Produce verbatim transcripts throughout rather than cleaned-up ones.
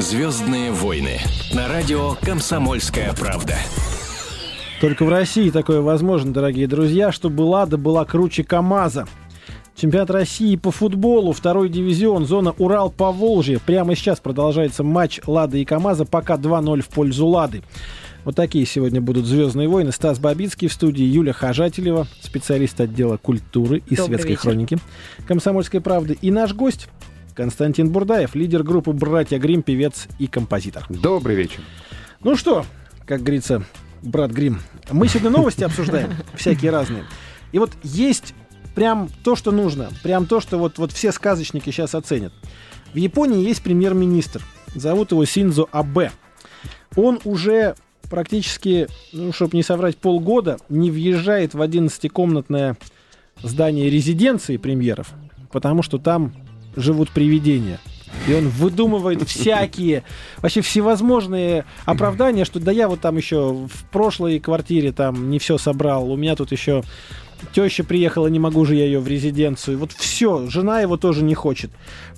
«Звездные войны» на радио «Комсомольская правда». Только в России такое возможно, дорогие друзья, чтобы «Лада» была круче КамАЗа. Чемпионат России по футболу, второй дивизион, зона Урал-Поволжье. Прямо сейчас продолжается матч «Лады» и КамАЗа, пока два ноль в пользу «Лады». Вот такие сегодня будут «Звездные войны». Стас Бабицкий в студии, Юля Хожателева, специалист отдела культуры и Добрый светской вечер. хроники «Комсомольской правды». И наш гость Константин Бурдаев, лидер группы «Братья Гримм», певец и композитор. Добрый вечер. Ну что, как говорится, брат Гримм, мы сегодня новости обсуждаем, всякие разные. И вот есть прям то, что нужно, прям то, что вот, вот все сказочники сейчас оценят. В Японии есть премьер-министр, зовут его Синдзо Абэ. Он уже практически, ну, чтобы не соврать, полгода не въезжает в одиннадцатикомнатное здание резиденции премьеров, потому что там живут привидения. И он выдумывает всякие, вообще всевозможные оправдания, что да я вот там еще в прошлой квартире там не все собрал, у меня тут еще теща приехала, не могу же я ее в резиденцию. Вот все, жена его тоже не хочет.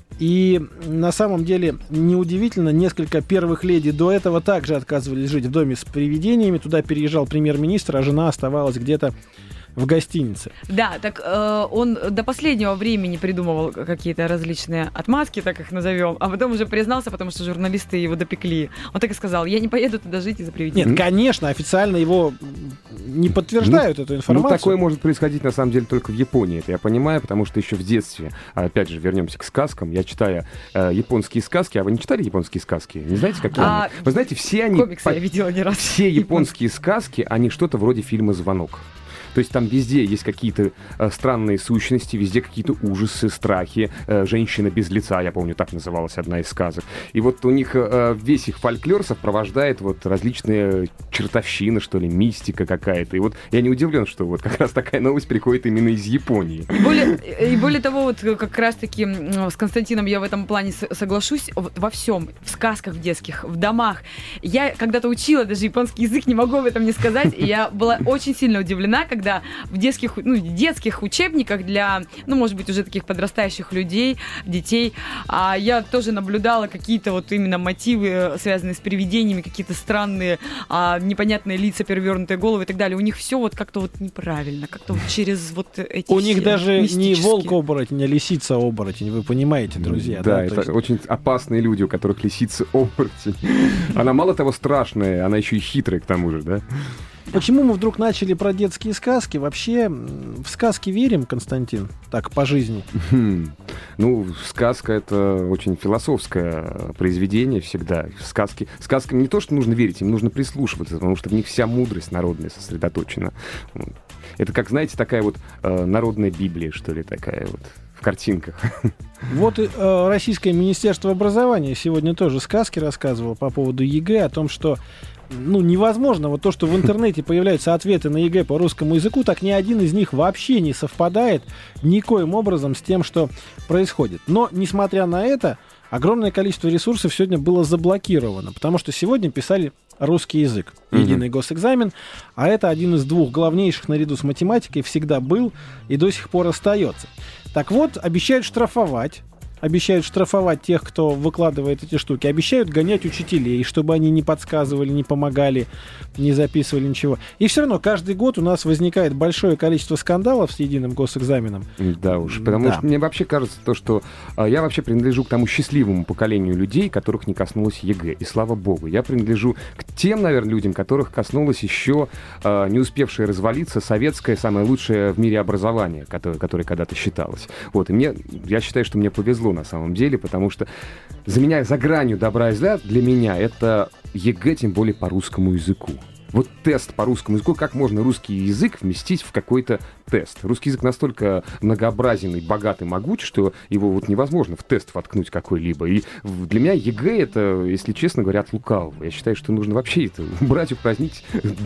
И на самом деле, неудивительно, несколько первых леди до этого также отказывались жить в доме с привидениями. Туда переезжал премьер-министр, а жена оставалась где-то в гостинице. Да, так э, он до последнего времени придумывал какие-то различные отмазки, так их назовем, а потом уже признался, потому что журналисты его допекли. Он так и сказал: я не поеду туда жить из-за привидений. Нет, конечно, официально его не подтверждают, ну, эту информацию. Ну, такое может происходить, на самом деле, только в Японии. Это я понимаю, потому что еще в детстве, опять же, вернемся к сказкам, я читаю э, японские сказки. А вы не читали японские сказки? Не знаете, какие а, они? Вы знаете, все они... Комиксы по... я видела не раз. Все японские сказки, они что-то вроде фильма «Звонок». То есть там везде есть какие-то э, странные сущности, везде какие-то ужасы, страхи. Э, «Женщина без лица», я помню, так называлась одна из сказок. И вот у них э, весь их фольклор сопровождает вот различные чертовщины, что ли, мистика какая-то. И вот я не удивлен, что вот как раз такая новость приходит именно из Японии. И более, и более того, вот как раз-таки с Константином я в этом плане соглашусь. Во всем, в сказках в детских, в домах. Я когда-то учила даже японский язык, не могу об этом не сказать. И я была очень сильно удивлена, когда в детских, ну, детских учебниках для, ну, может быть, уже таких подрастающих людей, детей, а я тоже наблюдала какие-то вот именно мотивы, связанные с привидениями, какие-то странные, а, непонятные лица, перевернутые головы и так далее. У них все вот как-то вот неправильно, как-то вот через вот эти У них даже не мистические... волк-оборотень, а лисица-оборотень, вы понимаете, друзья. Да, да это есть... очень опасные люди, у которых лисица-оборотень. Она мало того страшная, она еще и хитрая к тому же, да? Почему мы вдруг начали про детские сказки? Вообще, в сказки верим, Константин? Так, по жизни. Ну, сказка — это очень философское произведение всегда. Сказки, сказкам не то, что нужно верить, им нужно прислушиваться, потому что в них вся мудрость народная сосредоточена. Это, как, знаете, такая вот э, народная Библия, что ли, такая вот, в картинках. Вот и э, Российское Министерство образования сегодня тоже сказки рассказывало по поводу ЕГЭ, о том, что ну, невозможно, вот то, что в интернете появляются ответы на ЕГЭ по русскому языку, так ни один из них вообще не совпадает никоим образом с тем, что происходит. Но, несмотря на это, огромное количество ресурсов сегодня было заблокировано, потому что сегодня писали русский язык, единый госэкзамен, а это один из двух главнейших наряду с математикой всегда был и до сих пор остается. Так вот, обещают штрафовать. Обещают штрафовать тех, кто выкладывает эти штуки. Обещают гонять учителей, чтобы они не подсказывали, не помогали, не записывали ничего. И все равно каждый год у нас возникает большое количество скандалов с единым госэкзаменом. Да уж, потому да. что мне вообще кажется то, что а, я вообще принадлежу к тому счастливому поколению людей, которых не коснулось ЕГЭ. И слава богу, я принадлежу к тем, наверное, людям, которых коснулось еще а, не успевшее развалиться советское, самое лучшее в мире образование, которое, которое когда-то считалось. Вот, и мне, я считаю, что мне повезло на самом деле, потому что за меня, за гранью добра и зла, для меня это ЕГЭ, тем более по русскому языку. Вот тест по русскому языку, как можно русский язык вместить в какой-то тест. Русский язык настолько многообразен и богат и могуч, что его вот невозможно в тест воткнуть какой-либо. И для меня ЕГЭ это, если честно говоря, от лукавого. Я считаю, что нужно вообще это убрать, упразднить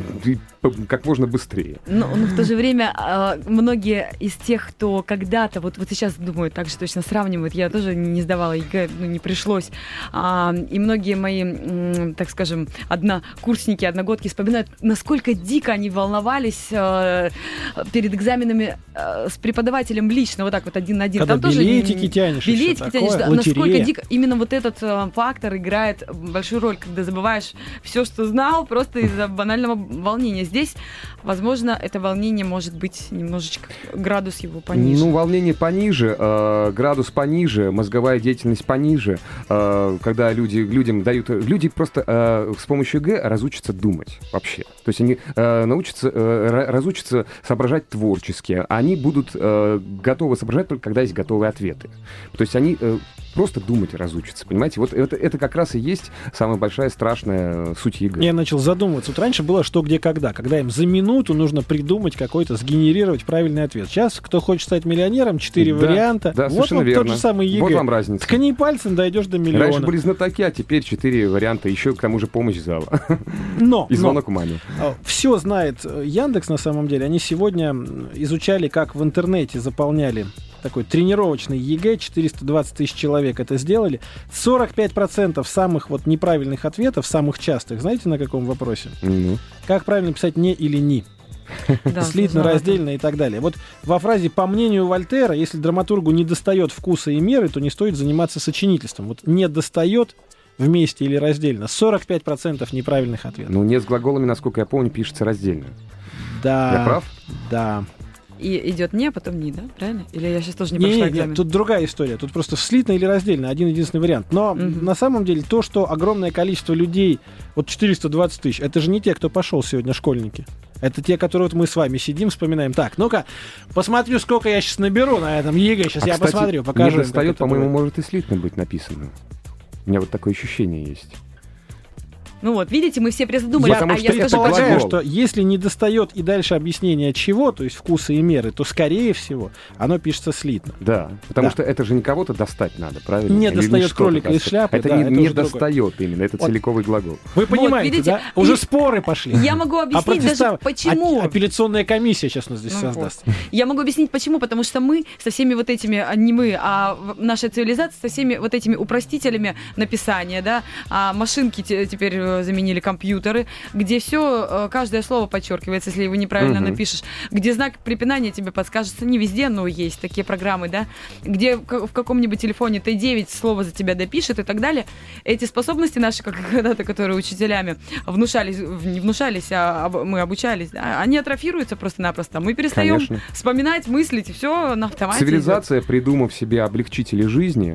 как можно быстрее. Но, но в то же время многие из тех, кто когда-то, вот, вот сейчас, думаю, так же точно сравнивают, я тоже не сдавала ЕГЭ, ну, не пришлось. И многие мои, так скажем, однокурсники, одногодки вспоминают, вспоминают, насколько дико они волновались э, перед экзаменами э, с преподавателем лично, вот так вот один на один. Когда Там билетики тоже, тянешь. Билетики тянешь, да, лотерея. насколько дико. Именно вот этот э, фактор играет большую роль, когда забываешь все, что знал, просто из-за банального волнения. Здесь, возможно, это волнение может быть немножечко, градус его пониже. Ну, волнение пониже, э, градус пониже, мозговая деятельность пониже. Э, когда люди, людям дают... Люди просто э, с помощью ЕГЭ разучатся думать вообще. То есть они э, научатся, э, разучатся соображать творчески. Они будут э, готовы соображать только когда есть готовые ответы. То есть они... Э, просто думать разучатся, понимаете? Вот это, это как раз и есть самая большая страшная суть ЕГЭ. Я начал задумываться. Вот раньше было что, где, когда. Когда им за минуту нужно придумать какой-то, сгенерировать правильный ответ. Сейчас, кто хочет стать миллионером, четыре да, варианта. Да, вот он, тот же самый ЕГЭ. Вот вам разница. Ткни пальцем, дойдешь до миллиона. Раньше были знатоки, а теперь четыре варианта. Еще к тому же помощь зала. Но, и звонок у маме. Все знает Яндекс на самом деле. Они сегодня изучали, как в интернете заполняли такой тренировочный ЕГЭ, четыреста двадцать тысяч человек это сделали. сорок пять процентов самых вот неправильных ответов, самых частых, знаете, на каком вопросе? Ну. Как правильно писать «не» или «ни»? Да, слитно, раздельно и так далее. Вот во фразе «по мнению Вольтера», если драматургу не достает вкуса и меры, то не стоит заниматься сочинительством. Вот «не достает» вместе или раздельно сорок пять процентов неправильных ответов. Ну, «не» с глаголами, насколько я помню, пишется раздельно. Да. Я прав? Да. И идет «не», а потом «ни», да? Правильно? Или я сейчас тоже не, не прошла не, экзамен? Нет, тут другая история. Тут просто слитно или раздельно. Один-единственный вариант. Но угу. на самом деле то, что огромное количество людей, вот четыреста двадцать тысяч, это же не те, кто пошел сегодня, школьники. Это те, которые вот мы с вами сидим, вспоминаем. Так, ну-ка, посмотрю, сколько я сейчас наберу на этом ЕГЭ. Сейчас а, я кстати, посмотрю, покажу. Не достает, по-моему, может и слитно быть написано. У меня вот такое ощущение есть. Ну вот, видите, мы все призадумались, а я предполагаю, что если не достает и дальше объяснение чего, то есть вкуса и меры, то, скорее всего, оно пишется слитно. Да, потому да. что это же не кого-то достать надо, правильно? Не Или достает кролика из шляпы. Это да, не, это не достает другое. именно, это вот. целиковый глагол. Вы понимаете, вот, видите, да? Уже споры пошли. Я могу объяснить а протестав... даже почему. А, апелляционная комиссия сейчас у нас здесь ну, создаст. Вот. Я могу объяснить почему, потому что мы со всеми вот этими, не мы, а наша цивилизация со всеми вот этими упростителями написания, да, а машинки теперь заменили компьютеры, где все, каждое слово подчеркивается, если его неправильно uh-huh. напишешь, где знак препинания тебе подскажется, не везде, но есть такие программы, да, где в каком-нибудь телефоне тэ девять слово за тебя допишет и так далее. Эти способности наши, как когда-то, которые учителями внушались, не внушались, а мы обучались, да, они атрофируются просто-напросто. Мы перестаем Конечно. вспоминать, мыслить, и все на автомате. Цивилизация, идет. придумав себе облегчители жизни,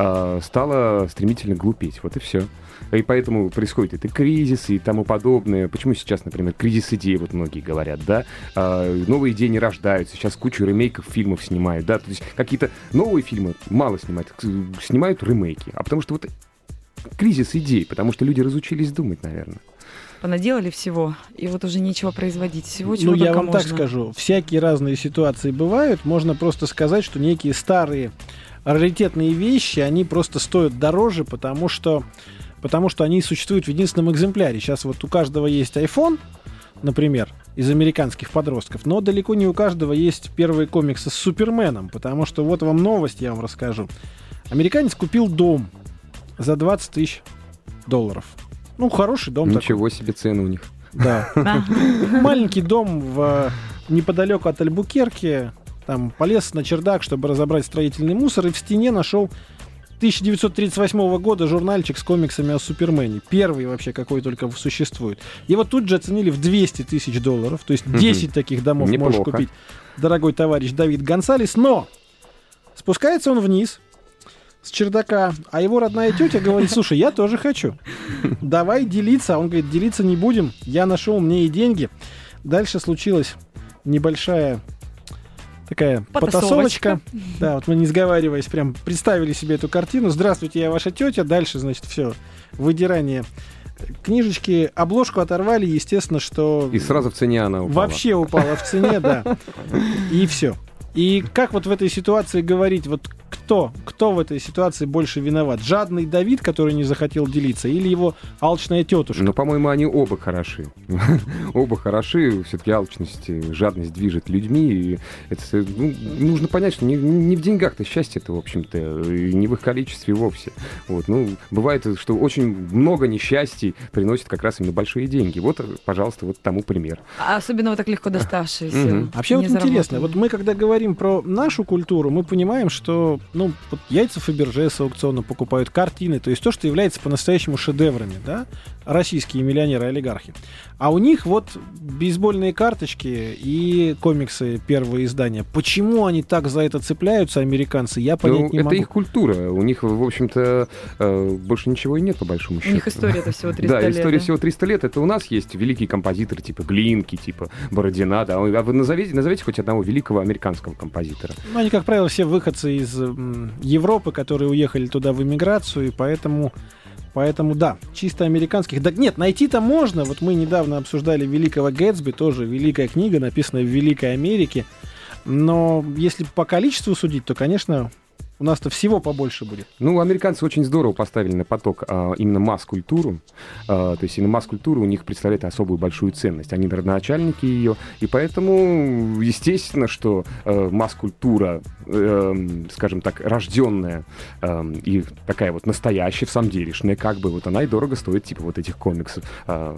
стала стремительно глупеть. Вот и все. И поэтому происходят это кризисы и тому подобное. Почему сейчас, например, кризис идей, вот многие говорят, да? А, новые идеи не рождаются. Сейчас кучу ремейков фильмов снимают, да? То есть какие-то новые фильмы мало снимают, снимают ремейки. А потому что вот кризис идей, потому что люди разучились думать, наверное. Понаделали всего, и вот уже нечего производить. Всего, чего ну, я вам можно. так скажу. Всякие разные ситуации бывают. Можно просто сказать, что некие старые раритетные вещи, они просто стоят дороже, потому что потому что они существуют в единственном экземпляре. Сейчас вот у каждого есть iPhone, например, из американских подростков, но далеко не у каждого есть первые комиксы с Суперменом, потому что вот вам новость, я вам расскажу. Американец купил дом за двадцать тысяч долларов. Ну, хороший дом. Ничего такой. себе цены у них. Да. Маленький дом в, неподалеку от Альбукерки. Там полез на чердак, чтобы разобрать строительный мусор, и в стене нашел тысяча девятьсот тридцать восьмого года журнальчик с комиксами о Супермене. Первый вообще, какой только существует. Его тут же оценили в двести тысяч долларов. То есть десять mm-hmm. таких домов Неплохо. можешь купить, дорогой товарищ Давид Гонсалес. Но спускается он вниз с чердака, а его родная тетя говорит: слушай, я тоже хочу. Давай делиться. А он говорит: делиться не будем. Я нашел, мне и деньги. Дальше случилась небольшая такая потасовочка. Да, вот мы, не сговариваясь, прям представили себе эту картину. Здравствуйте, я ваша тетя. Дальше, значит, все. Выдирание книжечки. Обложку оторвали, естественно, что... И сразу в цене она упала. Вообще упала в цене, да. И все. И как вот в этой ситуации говорить, вот кто? Кто в этой ситуации больше виноват? Жадный Давид, который не захотел делиться, или его алчная тетушка? Ну, по-моему, они оба хороши. Оба хороши. Все-таки алчность, жадность движет людьми. И это, ну, нужно понять, что не, не в деньгах-то счастье это, в общем-то, и не в их количестве вовсе. Вот. Ну, бывает, что очень много несчастий приносит как раз именно большие деньги. Вот, пожалуйста, вот тому пример. Особенно вот так легко доставшиеся. Мгм. Вообще вот интересно, вот мы когда говорим про нашу культуру, мы понимаем, что ну, вот яйца Фаберже с аукциона покупают, картины, то есть то, что является по-настоящему шедеврами, да, российские миллионеры-олигархи. А у них вот бейсбольные карточки и комиксы первого издания. Почему они так за это цепляются, американцы, я понять Ну, не это могу. их культура. У них, в общем-то, э, больше ничего и нет, по большому У счету. них история-то всего триста Да, лет. история да? всего триста лет. Это у нас есть великие композиторы типа Глинки, типа Бородина. Да. А вы назовите, назовите хоть одного великого американского композитора. Ну, они, как правило, все выходцы из м, Европы, которые уехали туда в эмиграцию, и поэтому, поэтому, да, чисто американских. Да нет, найти-то можно. Вот мы недавно обсуждали «Великого Гэтсби», тоже великая книга, написанная в Великой Америке. Но если по количеству судить, то, конечно, у нас-то всего побольше будет. Ну, американцы очень здорово поставили на поток а, именно масс-культуру. А, то есть именно масс-культура у них представляет особую большую ценность. Они родоначальники ее. И поэтому, естественно, что э, масс-культура, э, скажем так, рожденная э, и такая вот настоящая, в самом делешная, как бы, вот она и дорого стоит, типа вот этих комиксов. А,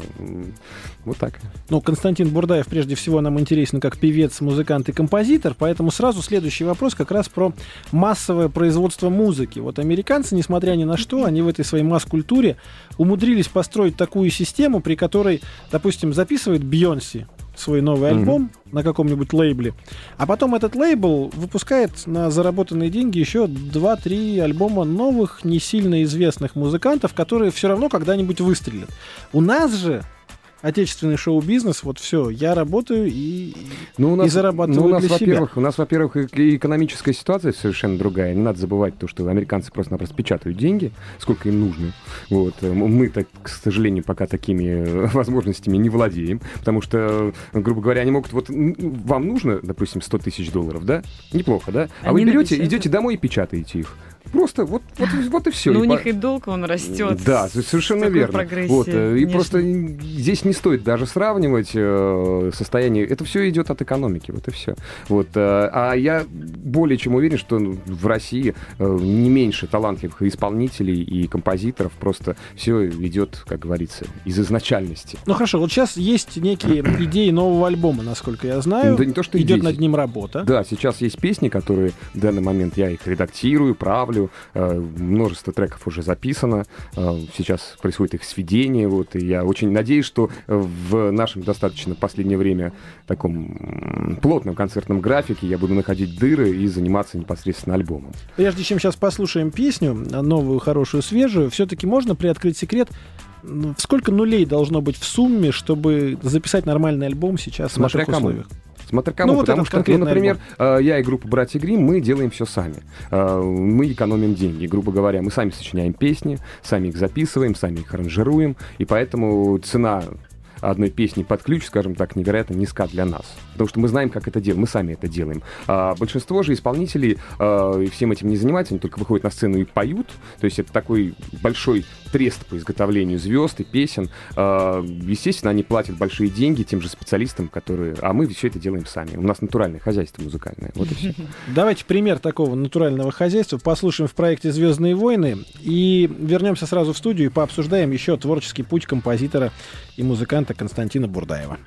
вот так. Ну, Константин Бурдаев, прежде всего, нам интересен как певец, музыкант и композитор, поэтому сразу следующий вопрос как раз про массовое производство музыки. Вот американцы, несмотря ни на что, они в этой своей масс-культуре умудрились построить такую систему, при которой, допустим, записывает Бейонсе свой новый Мгм. альбом на каком-нибудь лейбле, а потом этот лейбл выпускает на заработанные деньги еще два-три альбома новых, не сильно известных музыкантов, которые все равно когда-нибудь выстрелят. У нас же отечественный шоу-бизнес, вот все, я работаю и, Ну, у нас, и зарабатываю ну, у нас, для себя. во-первых, у нас, во-первых, и- и экономическая ситуация совершенно другая. Не надо забывать то, что американцы просто-напросто печатают деньги, сколько им нужно. Вот. М- Мы-то, к сожалению, пока такими э, возможностями не владеем, потому что, э, грубо говоря, они могут... Вот м, вам нужно, допустим, сто тысяч долларов, да? Неплохо, да? А вы Они берете, напечатают. идете домой и печатаете их. Просто вот, вот, вот и все. Ну, у них и долг, он растет. Да, совершенно такой верно. прогрессией Вот, э, и внешней. просто здесь не стоит даже сравнивать э, состояние. Это все идет от экономики, вот и все. Вот, э, а я более чем уверен, что в России э, не меньше талантливых исполнителей и композиторов. Просто все идет, как говорится, из изначальности. Ну хорошо, вот сейчас есть некие идеи нового альбома, насколько я знаю. Да не то, что Идет идеи. над ним работа. Да, сейчас есть песни, которые в данный момент я их редактирую, правлю. Э, множество треков уже записано. Э, сейчас происходит их сведение. Вот, и я очень надеюсь, что в нашем достаточно в последнее время таком м, плотном концертном графике я буду находить дыры и заниматься непосредственно альбомом. Прежде чем сейчас послушаем песню, новую, хорошую, свежую, все-таки можно приоткрыть секрет, ну, сколько нулей должно быть в сумме, чтобы записать нормальный альбом сейчас в Смотря наших кому. условиях? Смотря кому, Ну, вот потому этот что, ну, конкретный например, э, я и группа «Братья Гримм», мы делаем все сами. Э, Мы экономим деньги, грубо говоря. Мы сами сочиняем песни, сами их записываем, сами их аранжируем, и поэтому цена одной песни под ключ, скажем так, невероятно низка для нас. Потому что мы знаем, как это делать, мы сами это делаем. А большинство же исполнителей э, всем этим не занимаются, они только выходят на сцену и поют. То есть это такой большой трест по изготовлению звезд и песен. Э, естественно, они платят большие деньги тем же специалистам, которые... А мы все это делаем сами. У нас натуральное хозяйство музыкальное. Вот и все. Давайте пример такого натурального хозяйства послушаем в проекте «Звездные войны» и вернемся сразу в студию и пообсуждаем еще творческий путь композитора и музыканта Константина Бурдаева.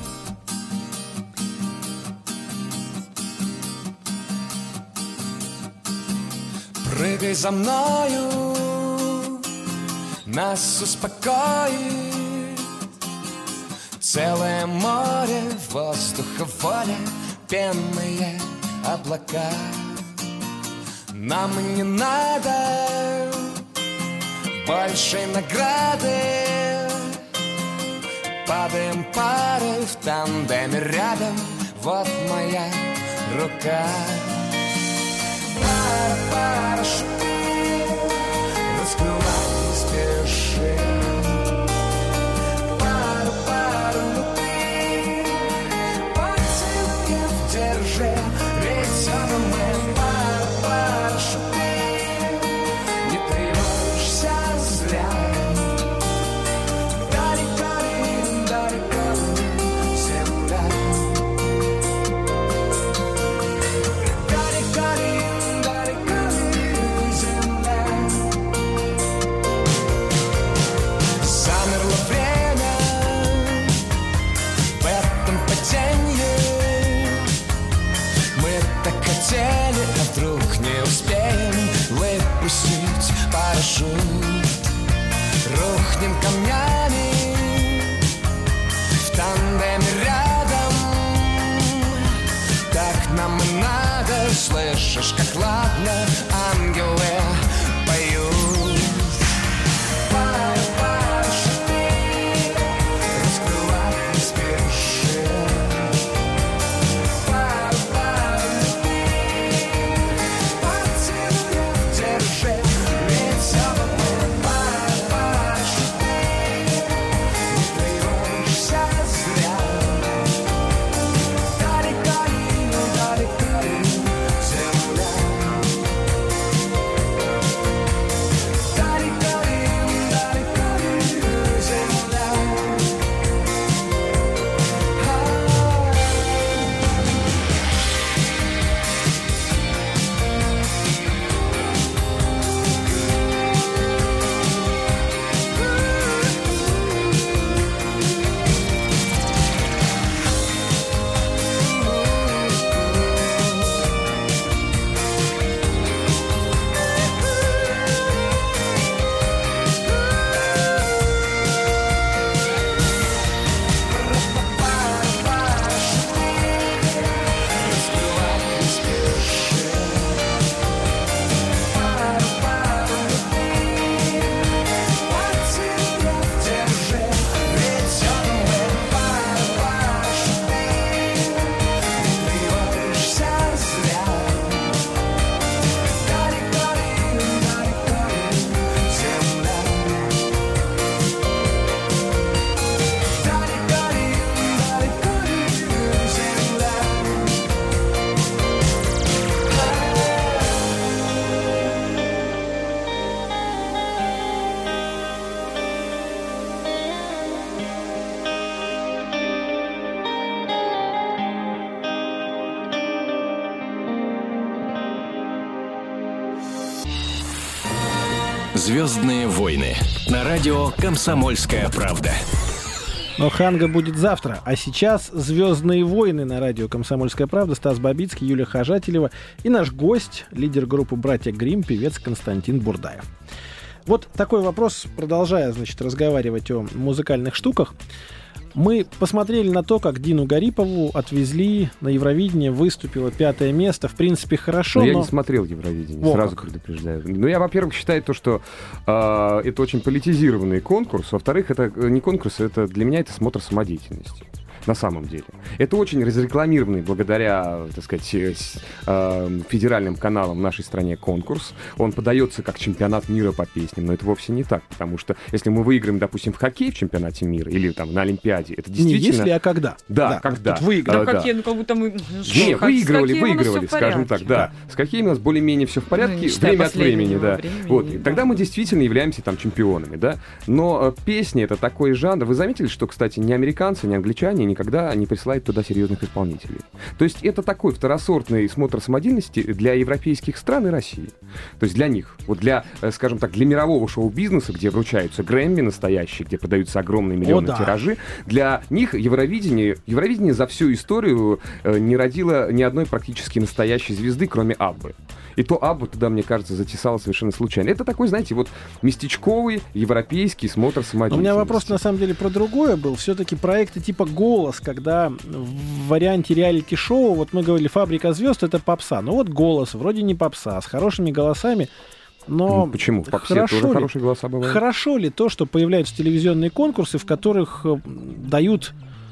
Прыгай за мною, нас успокоит целое море воздуха, воля, пенные облака. Нам не надо большей награды, падаем парой в тандеме рядом, вот моя рука. Парашюты раскрывай, не спеши. Пару, пару, ну ты поцелуев держи, ведь мы пару, парашюты слышишь, как ладно ангелы поют. Пара, парашюты, раскрывать не спеши. Пара, парашюты, поцелуев держи, ведь все бывает. Пара, парашюты, не тревожься зря. Далеко ли, далеко ли земля? Далеко ли, далеко ли земля? «Звездные войны» на радио «Комсомольская правда». Но Ханга будет завтра. А сейчас «Звездные войны» на радио «Комсомольская правда». Стас Бабицкий, Юлия Хожателева и наш гость, лидер группы «Братья Гримм», певец Константин Бурдаев. Вот такой вопрос, продолжая, значит, разговаривать о музыкальных штуках. Мы посмотрели на то, как Дину Гарипову отвезли на Евровидение, выступила пятое место. В принципе, хорошо, но... но... Я не смотрел Евровидение, Во сразу как. предупреждаю. Ну, я, во-первых, считаю то, что э, это очень политизированный конкурс. Во-вторых, это не конкурс, это для меня это смотр самодеятельности. На самом деле. Это очень разрекламированный благодаря, так сказать, э, федеральным каналам в нашей стране конкурс. Он подается как чемпионат мира по песням, но это вовсе не так, потому что если мы выиграем, допустим, в хоккей в чемпионате мира или там на Олимпиаде, это действительно... Не если, а когда. Да, да когда. Вот выиграли. Да, да. хоккей, ну как будто мы... Не, Шо, выигрывали, с хоккеем у нас выигрывали, всё в скажем порядке. так, да. С хоккеем у нас более-менее все в порядке, Ну, не считая время от времени, последнего да. времени, Вот, и да. тогда мы действительно являемся там чемпионами, да. Но э, песни — это такой жанр. Вы заметили, что, кстати, ни американцы, ни англичане никогда не присылают туда серьезных исполнителей. То есть это такой второсортный смотр самодельности для европейских стран и России. То есть для них, вот для, э, скажем так, для мирового шоу-бизнеса, где вручаются Грэмми настоящие, где продаются огромные миллионные О, да. тиражи, для них Евровидение, Евровидение за всю историю э, не родило ни одной практически настоящей звезды, кроме Аббы. И то Аббу туда, мне кажется, затесала совершенно случайно. Это такой, знаете, вот местечковый европейский смотр самодеятельности. У меня вопрос, на самом деле, про другое был. Все-таки проекты типа «Голос», когда в варианте реалити-шоу, вот мы говорили, «Фабрика звезд» — это попса. Ну вот «Голос» вроде не попса, с хорошими голосами. Но Ну, почему? В попсе хорошо тоже ли, хорошие голоса бывают. Хорошо ли то, что появляются телевизионные конкурсы, в которых э, дают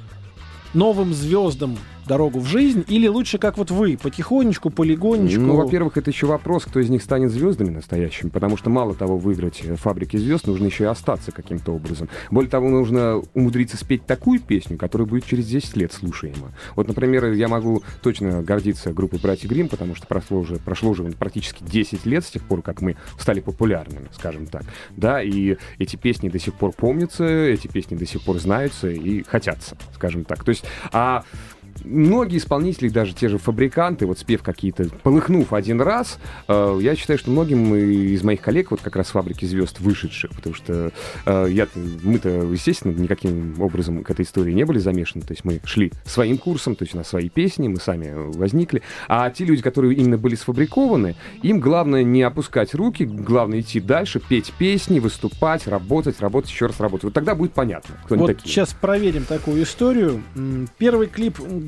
новым звездам дорогу в жизнь, или лучше, как вот вы, потихонечку, полигонечку? Ну, во-первых, это еще вопрос, кто из них станет звездами настоящими, потому что мало того выиграть «Фабрики звезд», нужно еще и остаться каким-то образом. Более того, нужно умудриться спеть такую песню, которая будет через десять лет слушаема. Вот, например, я могу точно гордиться группой «Братья Гримм», потому что прошло уже, прошло уже практически десять лет с тех пор, как мы стали популярными, скажем так. Да, и эти песни до сих пор помнятся, эти песни до сих пор знаются и хотятся, скажем так. То есть, а многие исполнители, даже те же фабриканты, вот спев какие-то, полыхнув один раз, э, я считаю, что многим из моих коллег, вот как раз с «Фабрики звезд» вышедших, потому что э, я, мы-то, естественно, никаким образом к этой истории не были замешаны, то есть мы шли своим курсом, то есть у нас свои песни, мы сами возникли, а те люди, которые именно были сфабрикованы, им главное не опускать руки, главное идти дальше, петь песни, выступать, работать, работать, еще раз работать. Вот тогда будет понятно, кто они Вот такие. сейчас проверим такую историю. М, Первый клип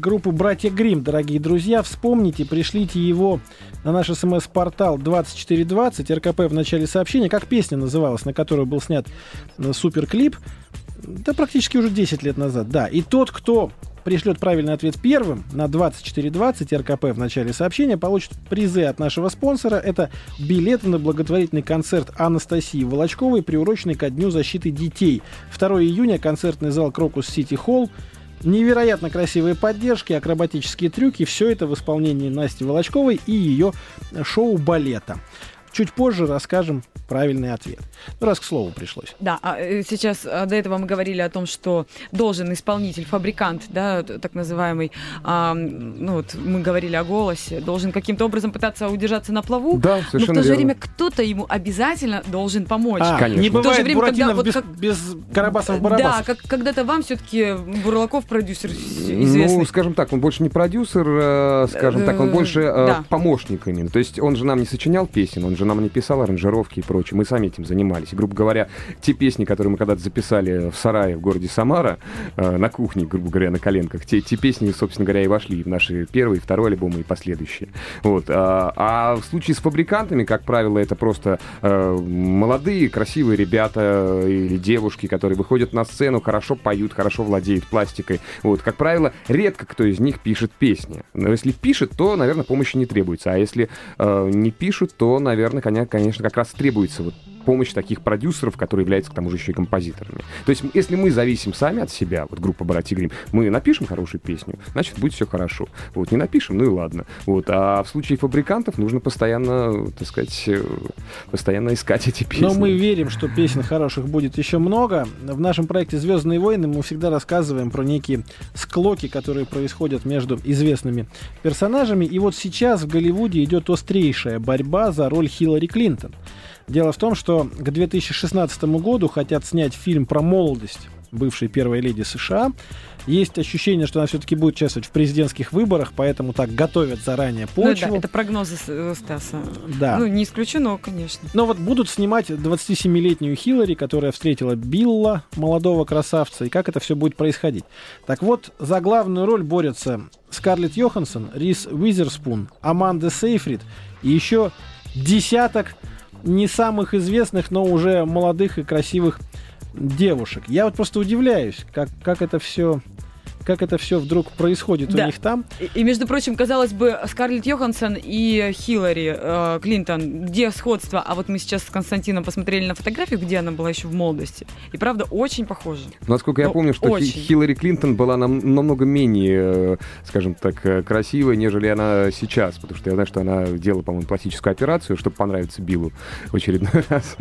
группы «Братья Гримм», дорогие друзья. Вспомните, пришлите его на наш смс-портал двадцать четыре двадцать, РКП в начале сообщения. Как песня называлась, на которую был снят э, суперклип? Да практически уже десять лет назад, да. И тот, кто пришлет правильный ответ первым на двадцать четыре двадцать, РКП в начале сообщения, получит призы от нашего спонсора. Это билеты на благотворительный концерт Анастасии Волочковой, приуроченный ко Дню защиты детей. второго июня, концертный зал Крокус Сити Холл. Невероятно красивые поддержки, акробатические трюки. Все это в исполнении Насти Волочковой и ее шоу-балета. Чуть позже расскажем правильный ответ. Ну, раз к слову пришлось. Да, а э, сейчас а, до этого мы говорили о том, что должен исполнитель, фабрикант, да, т- так называемый, а, ну вот мы говорили о голосе, должен каким-то образом пытаться удержаться на плаву, Да, но в совершенно то же верно. время кто-то ему обязательно должен помочь. А, Конечно. не В то же бывает время, когда Буратинов вот без, как- без Карабасов Да, Барабасов. как когда-то вам все-таки Бурлаков продюсер известный. Ну, скажем так, он больше не продюсер, э, скажем так, он Э, больше э, да. помощник именно. То есть он же нам не сочинял песен, он же нам не писал аранжировки и прочее. Мы сами этим занимались. И, грубо говоря, те песни, которые мы когда-то записали в сарае в городе Самара, э, на кухне, грубо говоря, на коленках, те, те песни, собственно говоря, и вошли в наши первый, второй альбомы и последующие. Вот. А, а в случае с фабрикантами, как правило, это просто э, молодые, красивые ребята или девушки, которые выходят на сцену, хорошо поют, хорошо владеют пластикой. Вот. Как правило, редко кто из них пишет песни. Но если пишет, то, наверное, помощи не требуется. А если э, не пишут, то, наверное, конечно, как раз требуется вот помощь таких продюсеров, которые являются, к тому же, еще и композиторами. То есть, если мы зависим сами от себя, вот группа «Братья Гримм», мы напишем хорошую песню, значит, будет все хорошо. Вот, не напишем, ну и ладно. Вот, а в случае фабрикантов нужно постоянно, так сказать, э, постоянно искать эти песни. Но мы верим, что песен хороших будет еще много. В нашем проекте «Звездные войны» мы всегда рассказываем про некие склоки, которые происходят между известными персонажами. И вот сейчас в Голливуде идет острейшая борьба за роль Хиллари Клинтон. Дело в том, что к две тысячи шестнадцатому году хотят снять фильм про молодость бывшей первой леди США. Есть ощущение, что она все-таки будет участвовать в президентских выборах, поэтому так готовят заранее Ну почву. да, это прогнозы с- э, Стаса. Да. Ну, не исключено, конечно. Но вот будут снимать двадцатисемилетнюю Хиллари, которая встретила Билла, молодого красавца, и как это все будет происходить. Так вот, за главную роль борются Скарлетт Йоханссон, Риз Уизерспун, Аманда Сейфрид и еще десяток не самых известных, но уже молодых и красивых девушек. Я вот просто удивляюсь, как, как это все... Как это все вдруг происходит Да. у них там. И, и, между прочим, казалось бы, Скарлетт Йоханссон и Хиллари э, Клинтон, где сходство? А вот мы сейчас с Константином посмотрели на фотографию, где она была еще в молодости. И правда, очень похожа. Насколько я Ну, помню, что Хи- очень. Хиллари Клинтон была нам, намного менее, э, скажем так, э, красивой, нежели она сейчас. Потому что я знаю, что она делала, по-моему, пластическую операцию, чтобы понравиться Биллу в очередной раз.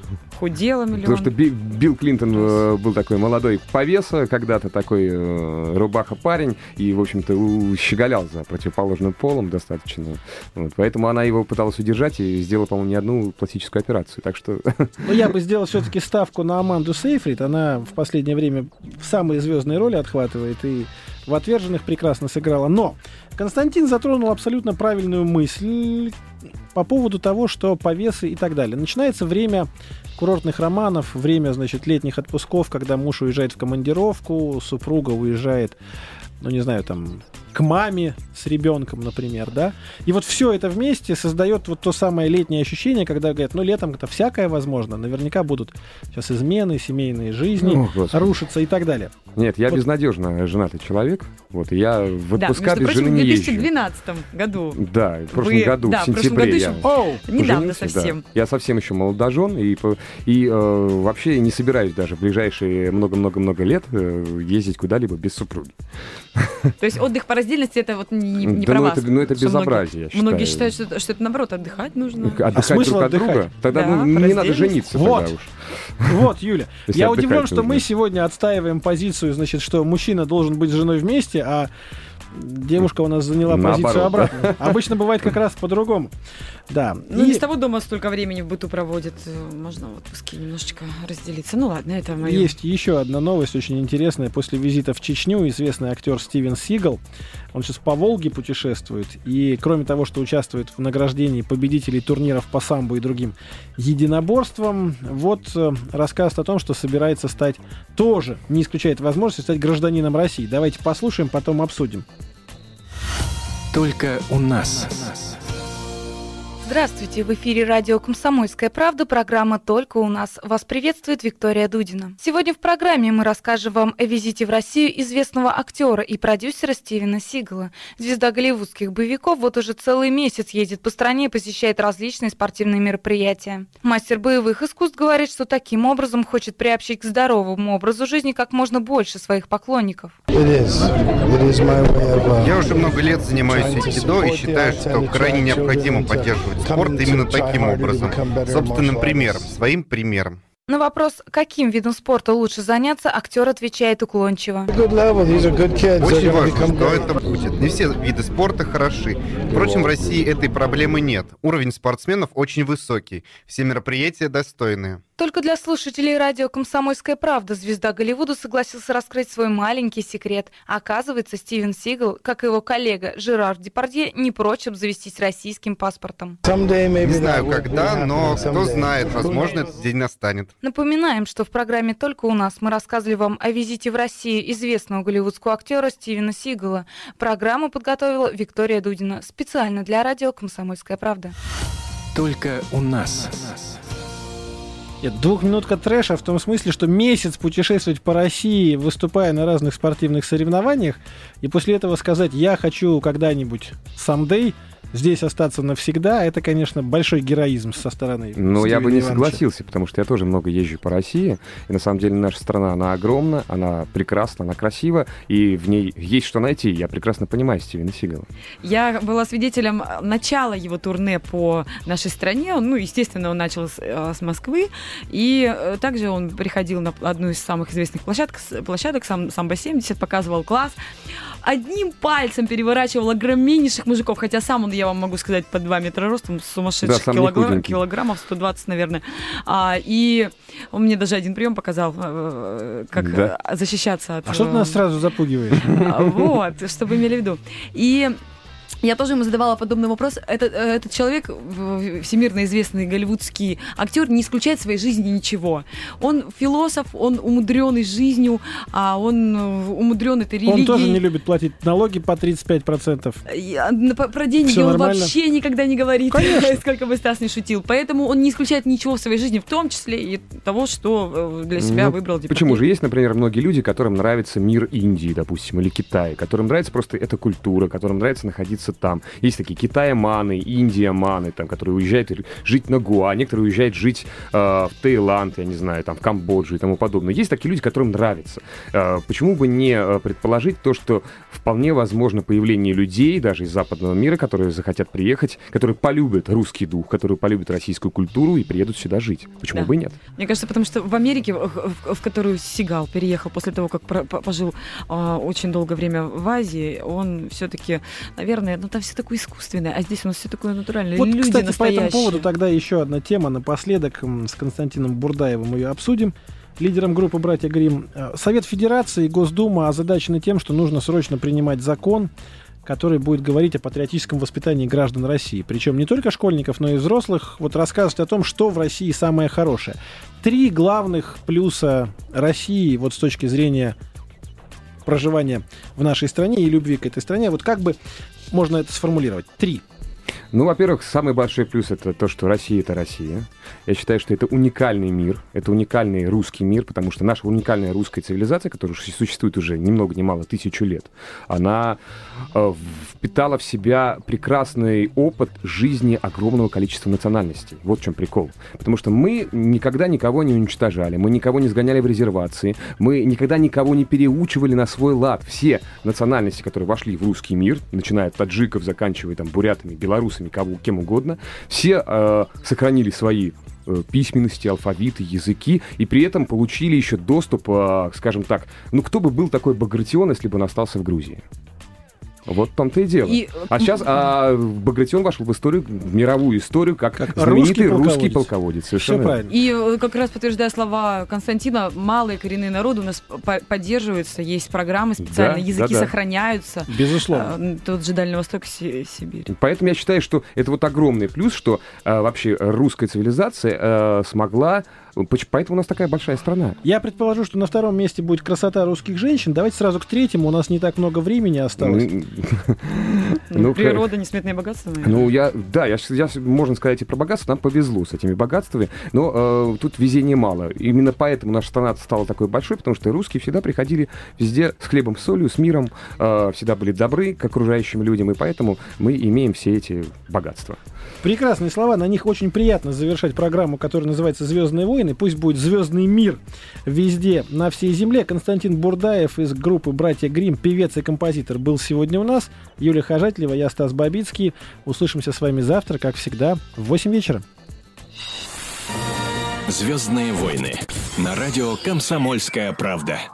Худела миллион. Потому что Би- Билл Клинтон э, был такой молодой повеса, когда-то такой э, рубаха-парень, и, в общем-то, у- щеголял за противоположным полом достаточно. Вот. Поэтому она его пыталась удержать и сделала, по-моему, не одну пластическую операцию. Так что... Но я бы сделал все-таки ставку на Аманду Сейфрид. Она в последнее время самые звездные роли отхватывает и в «Отверженных» прекрасно сыграла. Но Константин затронул абсолютно правильную мысль по поводу того, что повесы и так далее. Начинается время курортных романов, время, значит, летних отпусков, когда муж уезжает в командировку, супруга уезжает, ну, не знаю, там, к маме с ребенком, например, да. И вот все это вместе создает вот то самое летнее ощущение, когда говорят, ну, летом это всякое возможно, наверняка будут сейчас измены, семейные жизни О, Господи. рушатся и так далее. Нет, я Вот. безнадежно женатый человек. Вот, и я в Да, отпуска между без прочим, жены в не две тысячи езжу. двенадцатом году. Да, в прошлом Вы- году, да, в в прошлом сентябре году я... еще- Оу! Недавно Женился, да. совсем. Я совсем еще молодожен и, по- и э, вообще не собираюсь даже в ближайшие много-много-много лет э, ездить куда-либо без супруги. То есть отдых по раздельности это вот не, не Да про ну вас. это- ну это Что многие- безобразие, я считаю. Многие считают, что, это- что это наоборот, отдыхать нужно. Отдыхать смысл друг от отдыхать? друга? Тогда Да, ну, по не надо раздельности. жениться Вот. тогда уж. Вот, Юля, Если я отдыхать удивлен, что нужно. мы сегодня отстаиваем позицию, значит, что мужчина должен быть с женой вместе, а девушка у нас заняла Наоборот, позицию да. обратно. Обычно бывает как раз по-другому. Да. Ну, И- не с того дома столько времени в быту проводит. Э, Можно в отпуске немножечко разделиться. Ну ладно, это мое. Есть еще одна новость очень интересная. После визита в Чечню известный актер Стивен Сигал, он сейчас по Волге путешествует, и кроме того, что участвует в награждении победителей турниров по самбо и другим единоборствам, вот э, рассказывает о том, что собирается стать тоже, не исключает возможности, стать гражданином России. Давайте послушаем, потом обсудим. Только у нас. Здравствуйте, в эфире радио «Комсомольская правда», программа «Только у нас». Вас приветствует Виктория Дудина. Сегодня в программе мы расскажем вам о визите в Россию известного актера и продюсера Стивена Сигала. Звезда голливудских боевиков вот уже целый месяц ездит по стране и посещает различные спортивные мероприятия. Мастер боевых искусств говорит, что таким образом хочет приобщить к здоровому образу жизни как можно больше своих поклонников. Я уже много лет занимаюсь айкидо и считаю, что крайне необходимо поддерживать спорт именно таким образом, собственным примером, своим примером. На вопрос, каким видом спорта лучше заняться, актер отвечает уклончиво. Очень важно, что это будет. Не все виды спорта хороши. Впрочем, в России этой проблемы нет. Уровень спортсменов очень высокий. Все мероприятия достойные. Только для слушателей радио «Комсомольская правда» звезда Голливуда согласился раскрыть свой маленький секрет. Оказывается, Стивен Сигал, как и его коллега Жерар Депардье, не прочь обзавестись российским паспортом. Не знаю, когда, но кто знает, возможно, этот день настанет. Напоминаем, что в программе «Только у нас» мы рассказывали вам о визите в Россию известного голливудского актера Стивена Сигала. Программу подготовила Виктория Дудина специально для радио «Комсомольская правда». Только у нас. Нет, двухминутка трэша в том смысле, что месяц путешествовать по России, выступая на разных спортивных соревнованиях, и после этого сказать «я хочу когда-нибудь someday здесь остаться навсегда», это, конечно, большой героизм со стороны Ну, я бы не Ивановича. согласился, потому что я тоже много езжу по России, и на самом деле наша страна, она огромна, она прекрасна, она красива, и в ней есть что найти. Я прекрасно понимаю Стивена Сигала. Я была свидетелем начала его турне по нашей стране. Он, ну, естественно, он начал с, э, с Москвы, и э, также он приходил на одну из самых известных площадок, с- площадок сам, самбо семьдесят, показывал класс. Одним пальцем переворачивал огромнейших мужиков, хотя сам он, я вам могу сказать, под два метра ростом, сумасшедших Да, сам не килограмм- худенький. килограммов, сто двадцать, наверное. А, и он мне даже один прием показал, э, как Да. э, защищаться от... А что ты нас э, сразу запугиваешь? а, Вот, что вы имели в виду. И я тоже ему задавала подобный вопрос. Этот, э, этот человек, в- всемирно известный голливудский актер, не исключает в своей жизни ничего. Он философ, он умудренный жизнью, а он э, умудрен этой религией. Он тоже не любит платить налоги по тридцать пять процентов. И, а, на- по- Про деньги Всё он нормально? вообще никогда не говорит, Конечно. сколько бы Стас ни шутил. Поэтому он не исключает ничего в своей жизни, в том числе и того, что э, для себя Ну, выбрал Депардье. Почему же? Есть, например, многие люди, которым нравится мир Индии, допустим, или Китая, которым нравится просто эта культура, которым нравится находиться там. Есть такие китаеманы, индиаманы, там, которые уезжают жить на Гоа, некоторые уезжают жить э, в Таиланд, я не знаю, там, в Камбоджу и тому подобное. Есть такие люди, которым нравится. Э, почему бы не э, предположить то, что вполне возможно появление людей, даже из западного мира, которые захотят приехать, которые полюбят русский дух, которые полюбят российскую культуру и приедут сюда жить. Почему Да. бы и нет? Мне кажется, потому что в Америке, в, в- в которую Сигал переехал после того, как про- по- пожил а, очень долгое время в Азии, он все-таки, наверное, ну там все такое искусственное, а здесь у нас все такое натуральное. Вот, Люди кстати, по настоящие. этому поводу тогда еще одна тема напоследок. М, С Константином Бурдаевым ее обсудим. Лидером группы «Братья Гримм». Э, Совет Федерации и Госдума озадачены тем, что нужно срочно принимать закон, который будет говорить о патриотическом воспитании граждан России. Причем не только школьников, но и взрослых. Вот рассказывать о том, что в России самое хорошее. Три главных плюса России вот с точки зрения проживания в нашей стране и любви к этой стране. Вот как бы можно это сформулировать? Три. Ну, во-первых, самый большой плюс — это то, что Россия — это Россия. Я считаю, что это уникальный мир, это уникальный русский мир, потому что наша уникальная русская цивилизация, которая существует уже ни много ни мало тысячу лет, она э, впитала в себя прекрасный опыт жизни огромного количества национальностей. Вот в чем прикол. Потому что мы никогда никого не уничтожали, мы никого не сгоняли в резервации, мы никогда никого не переучивали на свой лад. Все национальности, которые вошли в русский мир, начиная от таджиков, заканчивая там бурятами, белорусами, кого, кем угодно, все э, сохранили свои э, письменности, алфавиты, языки, и при этом получили еще доступ, э, скажем так, ну кто бы был такой Багратион, если бы он остался в Грузии? Вот в том-то и дело. И- А сейчас а, Багратион вошел в историю, в мировую историю, как, Как знаменитый русский русский полководец. полководец. Все Совершенно верно. правильно. И э, как раз подтверждая слова Константина, малые коренные народы у нас по- поддерживаются, есть программы специально, Да, языки да, да. сохраняются. Безусловно. Э, Тот же Дальний Восток, Си- Сибирь. Поэтому я считаю, что это вот огромный плюс, что э, вообще русская цивилизация э, смогла... поч- Поэтому у нас такая большая страна. Я предположу, что на втором месте будет красота русских женщин. Давайте сразу к третьему. У нас не так много времени осталось. М, Ну, Ну, природа, несметные богатства, наверное. Ну, я, да, я, я, можно сказать и про богатство, нам повезло с этими богатствами, но э, тут везения мало. Именно поэтому наша страна стала такой большой, потому что русские всегда приходили везде с хлебом, с солью, с миром, э, всегда были добры к окружающим людям, и поэтому мы имеем все эти богатства. Прекрасные слова, на них очень приятно завершать программу, которая называется «Звездные войны». Пусть будет звездный мир везде, на всей земле. Константин Бурдаев из группы «Братья Гримм», певец и композитор, был сегодня у нас. Юлия Хожателева, я Стас Бабицкий. Услышимся с вами завтра, как всегда, в восемь вечера. «Звездные войны» на радио «Комсомольская правда».